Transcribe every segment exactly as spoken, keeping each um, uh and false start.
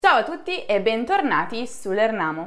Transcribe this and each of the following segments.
Ciao a tutti e bentornati su Lernamo.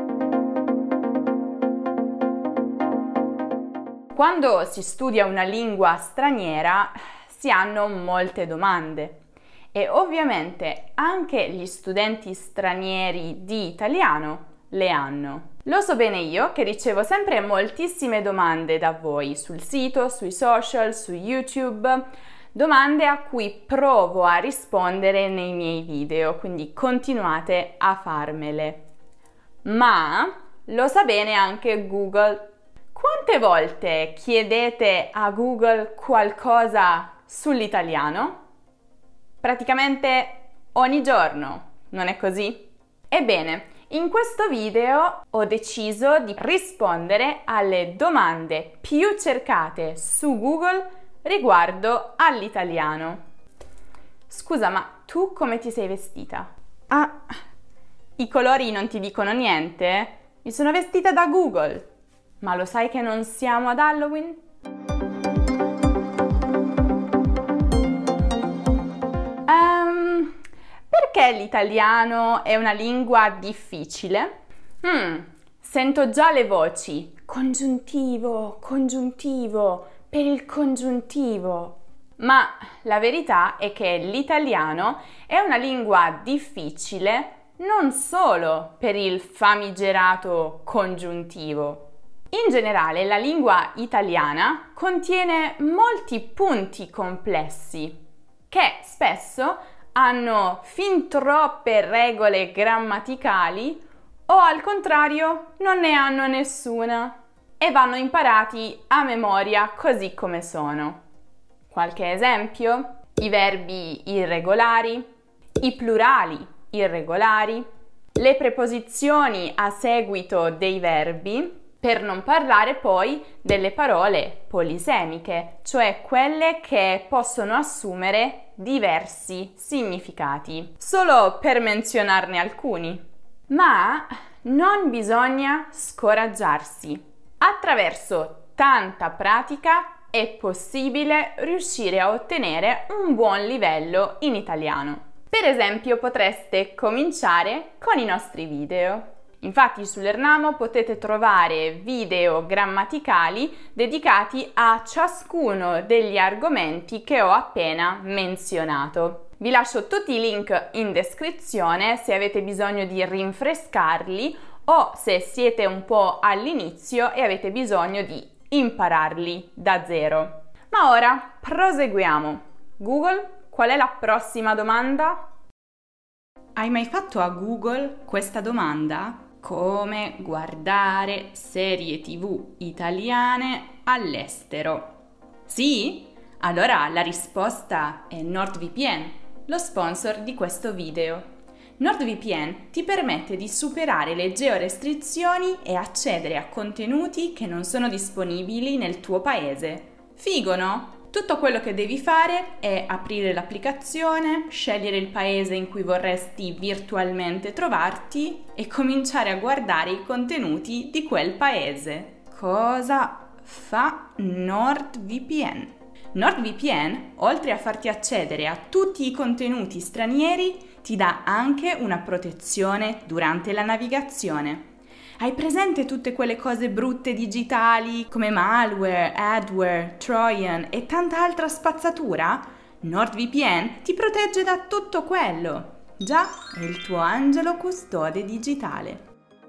Quando si studia una lingua straniera si hanno molte domande e ovviamente anche gli studenti stranieri di italiano le hanno. Lo so bene io che ricevo sempre moltissime domande da voi sul sito, sui social, su YouTube. Domande a cui provo a rispondere nei miei video, quindi continuate a farmele. Ma lo sa bene anche Google. Quante volte chiedete a Google qualcosa sull'italiano? Praticamente ogni giorno, non è così? Ebbene, in questo video ho deciso di rispondere alle domande più cercate su Google riguardo all'italiano. Scusa, ma tu come ti sei vestita? Ah, i colori non ti dicono niente? Mi sono vestita da Google. Ma lo sai che non siamo ad Halloween? Um, perché l'italiano è una lingua difficile? Hmm, sento già le voci. Congiuntivo, congiuntivo. Per il congiuntivo. Ma la verità è che l'italiano è una lingua difficile non solo per il famigerato congiuntivo. In generale, la lingua italiana contiene molti punti complessi che spesso hanno fin troppe regole grammaticali o al contrario non ne hanno nessuna e vanno imparati a memoria così come sono. Qualche esempio? I verbi irregolari, i plurali irregolari, le preposizioni a seguito dei verbi, per non parlare poi delle parole polisemiche, cioè quelle che possono assumere diversi significati. Solo per menzionarne alcuni. Ma non bisogna scoraggiarsi. Attraverso tanta pratica è possibile riuscire a ottenere un buon livello in italiano. Per esempio, potreste cominciare con i nostri video. Infatti su Lernamo potete trovare video grammaticali dedicati a ciascuno degli argomenti che ho appena menzionato. Vi lascio tutti i link in descrizione se avete bisogno di rinfrescarli o se siete un po' all'inizio e avete bisogno di impararli da zero. Ma ora proseguiamo. Google, qual è la prossima domanda? Hai mai fatto a Google questa domanda? Come guardare serie tivù italiane all'estero? Sì? Allora la risposta è NordVPN, lo sponsor di questo video. NordVPN ti permette di superare le georestrizioni e accedere a contenuti che non sono disponibili nel tuo paese. Figo, no? Tutto quello che devi fare è aprire l'applicazione, scegliere il paese in cui vorresti virtualmente trovarti e cominciare a guardare i contenuti di quel paese. Cosa fa NordVPN? NordVPN, oltre a farti accedere a tutti i contenuti stranieri, ti dà anche una protezione durante la navigazione. Hai presente tutte quelle cose brutte digitali come malware, adware, trojan e tanta altra spazzatura? NordVPN ti protegge da tutto quello. Già, è il tuo angelo custode digitale.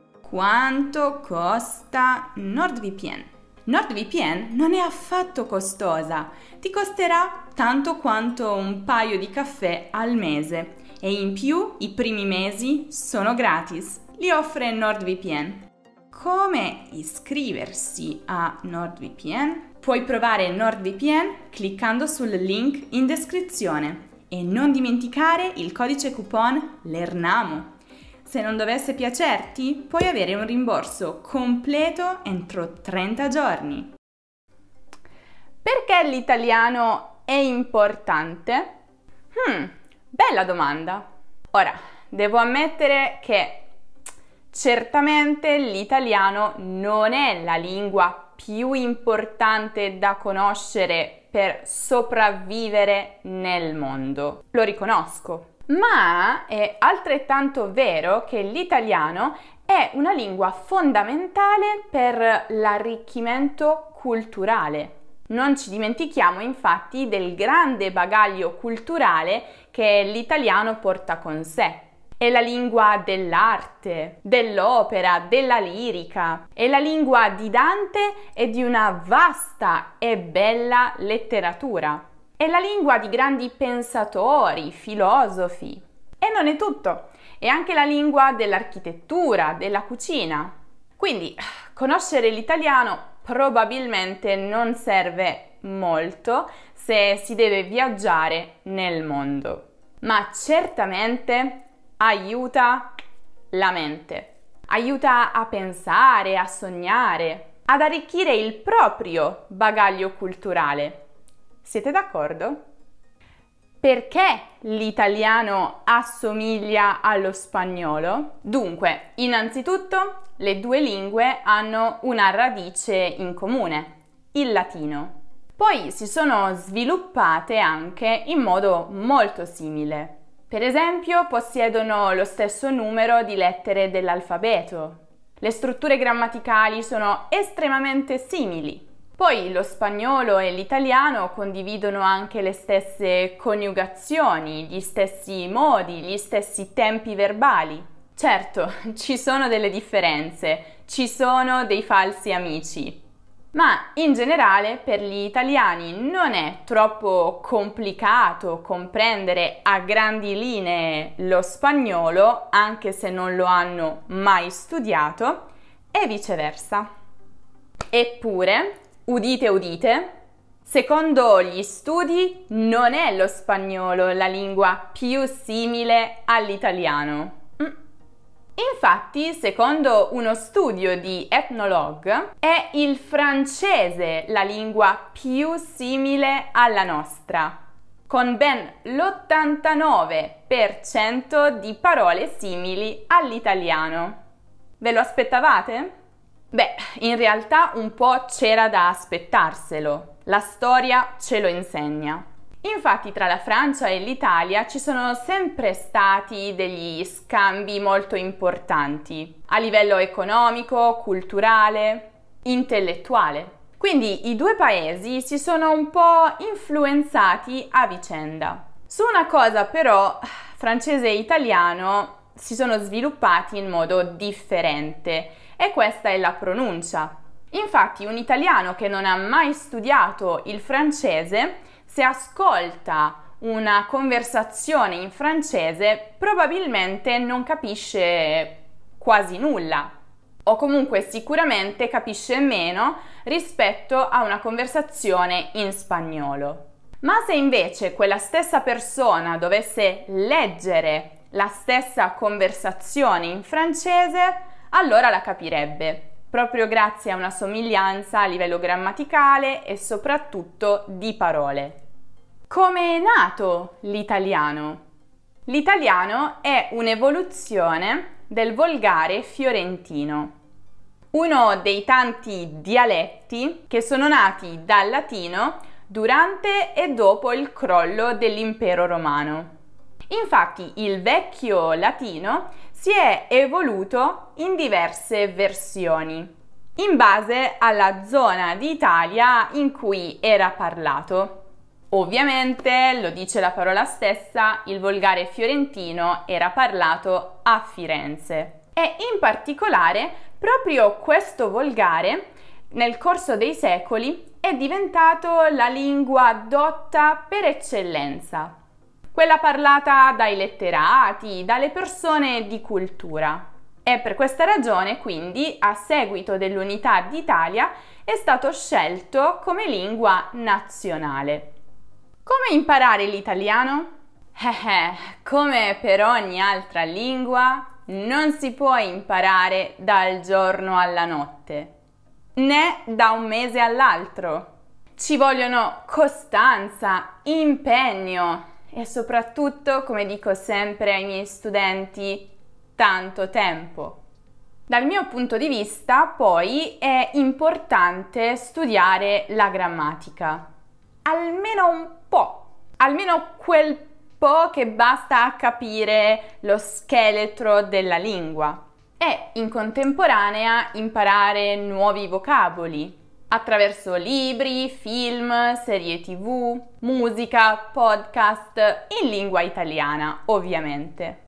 Quanto costa NordVPN? NordVPN non è affatto costosa, ti costerà tanto quanto un paio di caffè al mese e in più i primi mesi sono gratis, li offre NordVPN. Come iscriversi a NordVPN? Puoi provare NordVPN cliccando sul link in descrizione e non dimenticare il codice coupon LERNAMO. Se non dovesse piacerti, puoi avere un rimborso completo entro trenta giorni. Perché l'italiano è importante? Hmm, bella domanda. Ora, devo ammettere che certamente l'italiano non è la lingua più importante da conoscere per sopravvivere nel mondo. Lo riconosco. Ma è altrettanto vero che l'italiano è una lingua fondamentale per l'arricchimento culturale. Non ci dimentichiamo infatti del grande bagaglio culturale che l'italiano porta con sé. È la lingua dell'arte, dell'opera, della lirica, è la lingua di Dante e di una vasta e bella letteratura. È la lingua di grandi pensatori, filosofi. E non è tutto, è anche la lingua dell'architettura, della cucina. Quindi, conoscere l'italiano probabilmente non serve molto se si deve viaggiare nel mondo, ma certamente aiuta la mente, aiuta a pensare, a sognare, ad arricchire il proprio bagaglio culturale. Siete d'accordo? Perché l'italiano assomiglia allo spagnolo? Dunque, innanzitutto, le due lingue hanno una radice in comune, il latino. Poi si sono sviluppate anche in modo molto simile. Per esempio, possiedono lo stesso numero di lettere dell'alfabeto. Le strutture grammaticali sono estremamente simili. Poi lo spagnolo e l'italiano condividono anche le stesse coniugazioni, gli stessi modi, gli stessi tempi verbali. Certo, ci sono delle differenze, ci sono dei falsi amici, ma in generale per gli italiani non è troppo complicato comprendere a grandi linee lo spagnolo, anche se non lo hanno mai studiato, e viceversa. Eppure, udite udite, secondo gli studi non è lo spagnolo la lingua più simile all'italiano. Infatti, secondo uno studio di Ethnologue, è il francese la lingua più simile alla nostra, con ben l'ottantanove per cento di parole simili all'italiano. Ve lo aspettavate? Beh, in realtà un po' c'era da aspettarselo. La storia ce lo insegna. Infatti tra la Francia e l'Italia ci sono sempre stati degli scambi molto importanti a livello economico, culturale, intellettuale. Quindi i due paesi si sono un po' influenzati a vicenda. Su una cosa però, francese e italiano si sono sviluppati in modo differente e questa è la pronuncia. Infatti un italiano che non ha mai studiato il francese, se ascolta una conversazione in francese, probabilmente non capisce quasi nulla, o comunque sicuramente capisce meno rispetto a una conversazione in spagnolo. Ma se invece quella stessa persona dovesse leggere la stessa conversazione in francese, allora la capirebbe, proprio grazie a una somiglianza a livello grammaticale e soprattutto di parole. Come è nato l'italiano? L'italiano è un'evoluzione del volgare fiorentino, uno dei tanti dialetti che sono nati dal latino durante e dopo il crollo dell'impero romano. Infatti il vecchio latino si è evoluto in diverse versioni, in base alla zona d'Italia in cui era parlato. Ovviamente, lo dice la parola stessa, il volgare fiorentino era parlato a Firenze. E in particolare, proprio questo volgare, nel corso dei secoli, è diventato la lingua dotta per eccellenza. Quella parlata dai letterati, dalle persone di cultura. E per questa ragione, quindi, a seguito dell'unità d'Italia, è stato scelto come lingua nazionale. Come imparare l'italiano? Eh eh, come per ogni altra lingua, non si può imparare dal giorno alla notte, né da un mese all'altro. Ci vogliono costanza, impegno, e soprattutto, come dico sempre ai miei studenti, tanto tempo. Dal mio punto di vista, poi, è importante studiare la grammatica. Almeno un po', almeno quel po' che basta a capire lo scheletro della lingua e in contemporanea imparare nuovi vocaboli attraverso libri, film, serie tivù, musica, podcast in lingua italiana, ovviamente.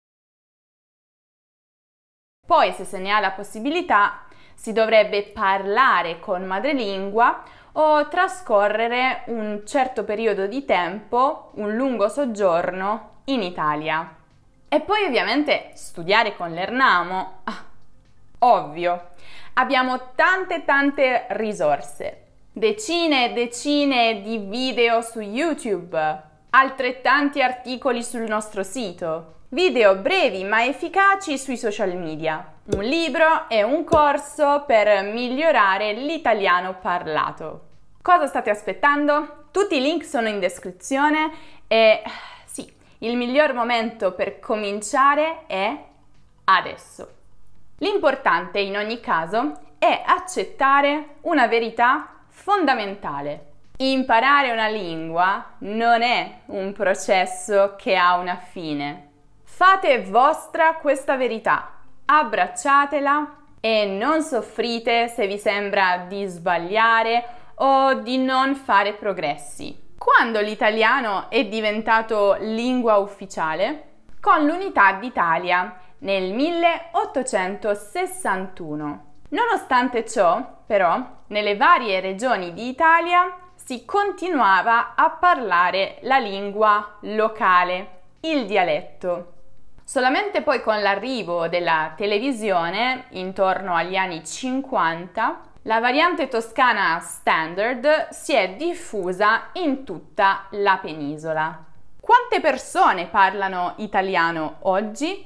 Poi, se se ne ha la possibilità, si dovrebbe parlare con madrelingua o trascorrere un certo periodo di tempo, un lungo soggiorno in Italia. E poi ovviamente studiare con l'Ernamo, ah, ovvio. Abbiamo tante tante risorse, decine e decine di video su YouTube, altrettanti articoli sul nostro sito, video brevi ma efficaci sui social media, un libro e un corso per migliorare l'italiano parlato. Cosa state aspettando? Tutti i link sono in descrizione e sì, il miglior momento per cominciare è adesso. L'importante in ogni caso è accettare una verità fondamentale. Imparare una lingua non è un processo che ha una fine. Fate vostra questa verità, abbracciatela e non soffrite se vi sembra di sbagliare o di non fare progressi. Quando l'italiano è diventato lingua ufficiale? Con l'Unità d'Italia nel milleottocentosessantuno. Nonostante ciò, però, nelle varie regioni d'Italia si continuava a parlare la lingua locale, il dialetto. Solamente poi con l'arrivo della televisione, intorno agli anni cinquanta, la variante toscana standard si è diffusa in tutta la penisola. Quante persone parlano italiano oggi?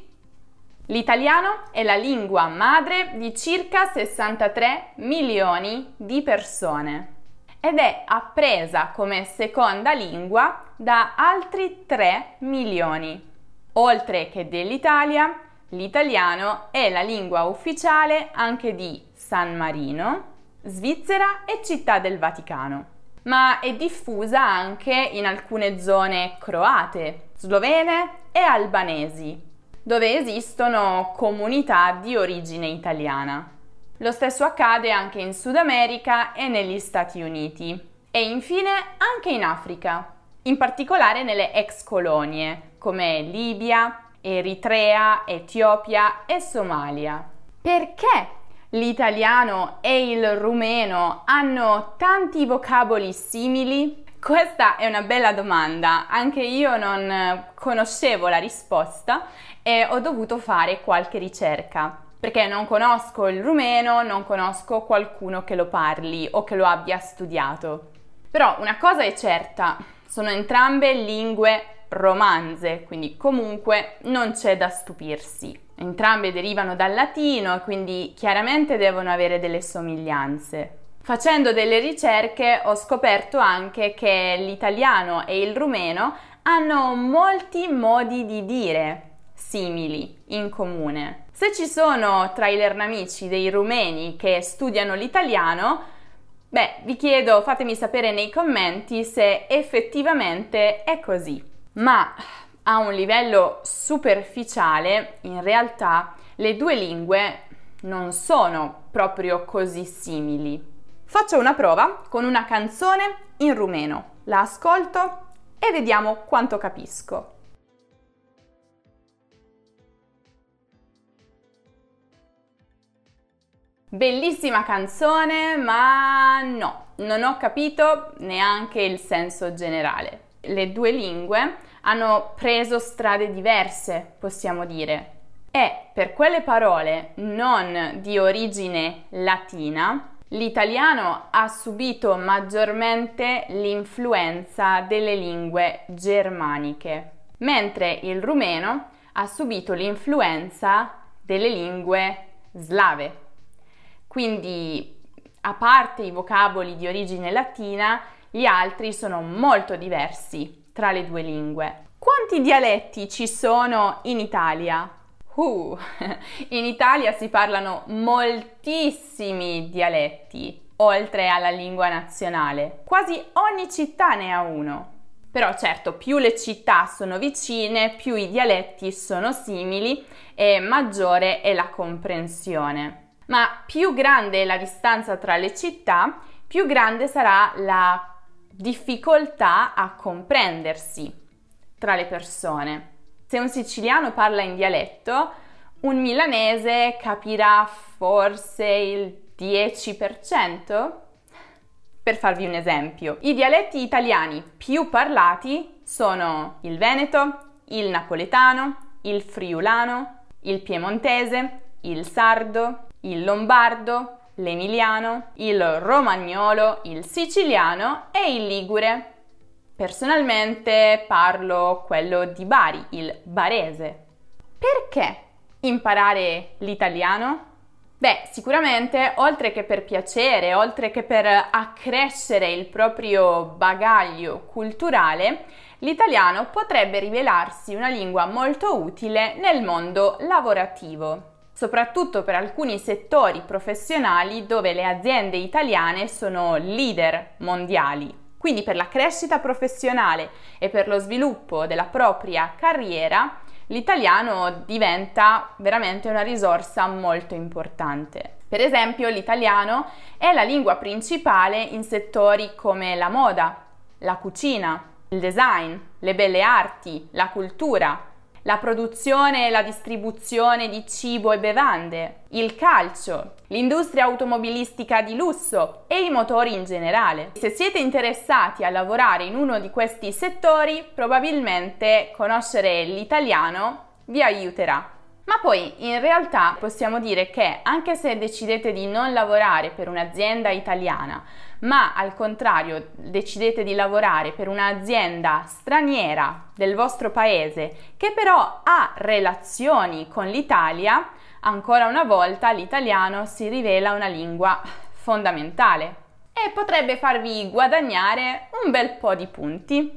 L'italiano è la lingua madre di circa sessantatré milioni di persone ed è appresa come seconda lingua da altri tre milioni. Oltre che dell'Italia, l'italiano è la lingua ufficiale anche di San Marino, Svizzera e Città del Vaticano, ma è diffusa anche in alcune zone croate, slovene e albanesi, dove esistono comunità di origine italiana. Lo stesso accade anche in Sud America e negli Stati Uniti e infine anche in Africa, in particolare nelle ex colonie come Libia, Eritrea, Etiopia e Somalia. Perché l'italiano e il rumeno hanno tanti vocaboli simili? Questa è una bella domanda, anche io non conoscevo la risposta e ho dovuto fare qualche ricerca, perché non conosco il rumeno, non conosco qualcuno che lo parli o che lo abbia studiato. Però una cosa è certa, sono entrambe lingue romanze, quindi comunque non c'è da stupirsi. Entrambe derivano dal latino e quindi chiaramente devono avere delle somiglianze. Facendo delle ricerche ho scoperto anche che l'italiano e il rumeno hanno molti modi di dire simili in comune. Se ci sono tra i lernamici dei rumeni che studiano l'italiano, beh, vi chiedo, fatemi sapere nei commenti se effettivamente è così. Ma a un livello superficiale, in realtà, le due lingue non sono proprio così simili. Faccio una prova con una canzone in rumeno. La ascolto e vediamo quanto capisco. Bellissima canzone, ma no, non ho capito neanche il senso generale. Le due lingue hanno preso strade diverse, possiamo dire. E per quelle parole non di origine latina, l'italiano ha subito maggiormente l'influenza delle lingue germaniche, mentre il rumeno ha subito l'influenza delle lingue slave. Quindi, a parte i vocaboli di origine latina, gli altri sono molto diversi tra le due lingue. Quanti dialetti ci sono in Italia? Uh, in Italia si parlano moltissimi dialetti, oltre alla lingua nazionale. Quasi ogni città ne ha uno. Però certo, più le città sono vicine, più i dialetti sono simili e maggiore è la comprensione. Ma più grande è la distanza tra le città, più grande sarà la difficoltà a comprendersi tra le persone. Se un siciliano parla in dialetto, un milanese capirà forse il dieci per cento? Per farvi un esempio, i dialetti italiani più parlati sono il veneto, il napoletano, il friulano, il piemontese, il sardo, il lombardo, l'emiliano, il romagnolo, il siciliano e il ligure. Personalmente parlo quello di Bari, il barese. Perché imparare l'italiano? Beh, sicuramente, oltre che per piacere, oltre che per accrescere il proprio bagaglio culturale, l'italiano potrebbe rivelarsi una lingua molto utile nel mondo lavorativo, soprattutto per alcuni settori professionali dove le aziende italiane sono leader mondiali. Quindi per la crescita professionale e per lo sviluppo della propria carriera, l'italiano diventa veramente una risorsa molto importante. Per esempio, l'italiano è la lingua principale in settori come la moda, la cucina, il design, le belle arti, la cultura, la produzione e la distribuzione di cibo e bevande, il calcio, l'industria automobilistica di lusso e i motori in generale. Se siete interessati a lavorare in uno di questi settori, probabilmente conoscere l'italiano vi aiuterà. Ma poi in realtà possiamo dire che anche se decidete di non lavorare per un'azienda italiana, ma al contrario decidete di lavorare per un'azienda straniera del vostro paese che però ha relazioni con l'Italia, ancora una volta l'italiano si rivela una lingua fondamentale e potrebbe farvi guadagnare un bel po' di punti.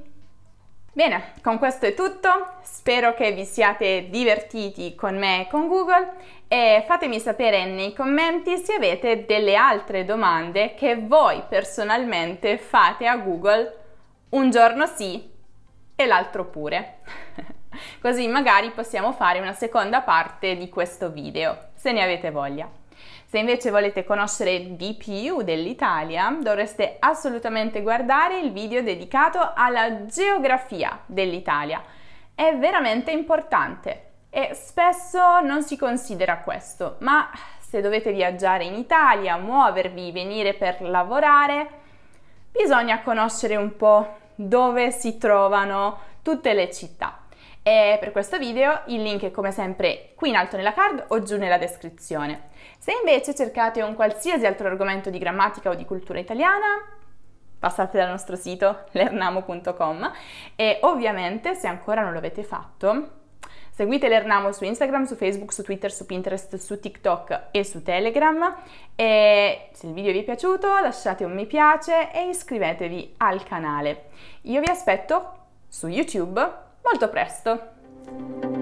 Bene, con questo è tutto, spero che vi siate divertiti con me e con Google e fatemi sapere nei commenti se avete delle altre domande che voi personalmente fate a Google un giorno sì e l'altro pure. Così magari possiamo fare una seconda parte di questo video, se ne avete voglia. Se invece volete conoscere di più dell'Italia, dovreste assolutamente guardare il video dedicato alla geografia dell'Italia. È veramente importante e spesso non si considera questo, ma se dovete viaggiare in Italia, muovervi, venire per lavorare, bisogna conoscere un po' dove si trovano tutte le città. E per questo video il link è come sempre qui in alto nella card o giù nella descrizione. Se invece cercate un qualsiasi altro argomento di grammatica o di cultura italiana, passate dal nostro sito lernamo punto com e ovviamente, se ancora non l'avete fatto, seguite Lernamo su Instagram, su Facebook, su Twitter, su Pinterest, su TikTok e su Telegram e se il video vi è piaciuto lasciate un mi piace e iscrivetevi al canale. Io vi aspetto su YouTube molto presto!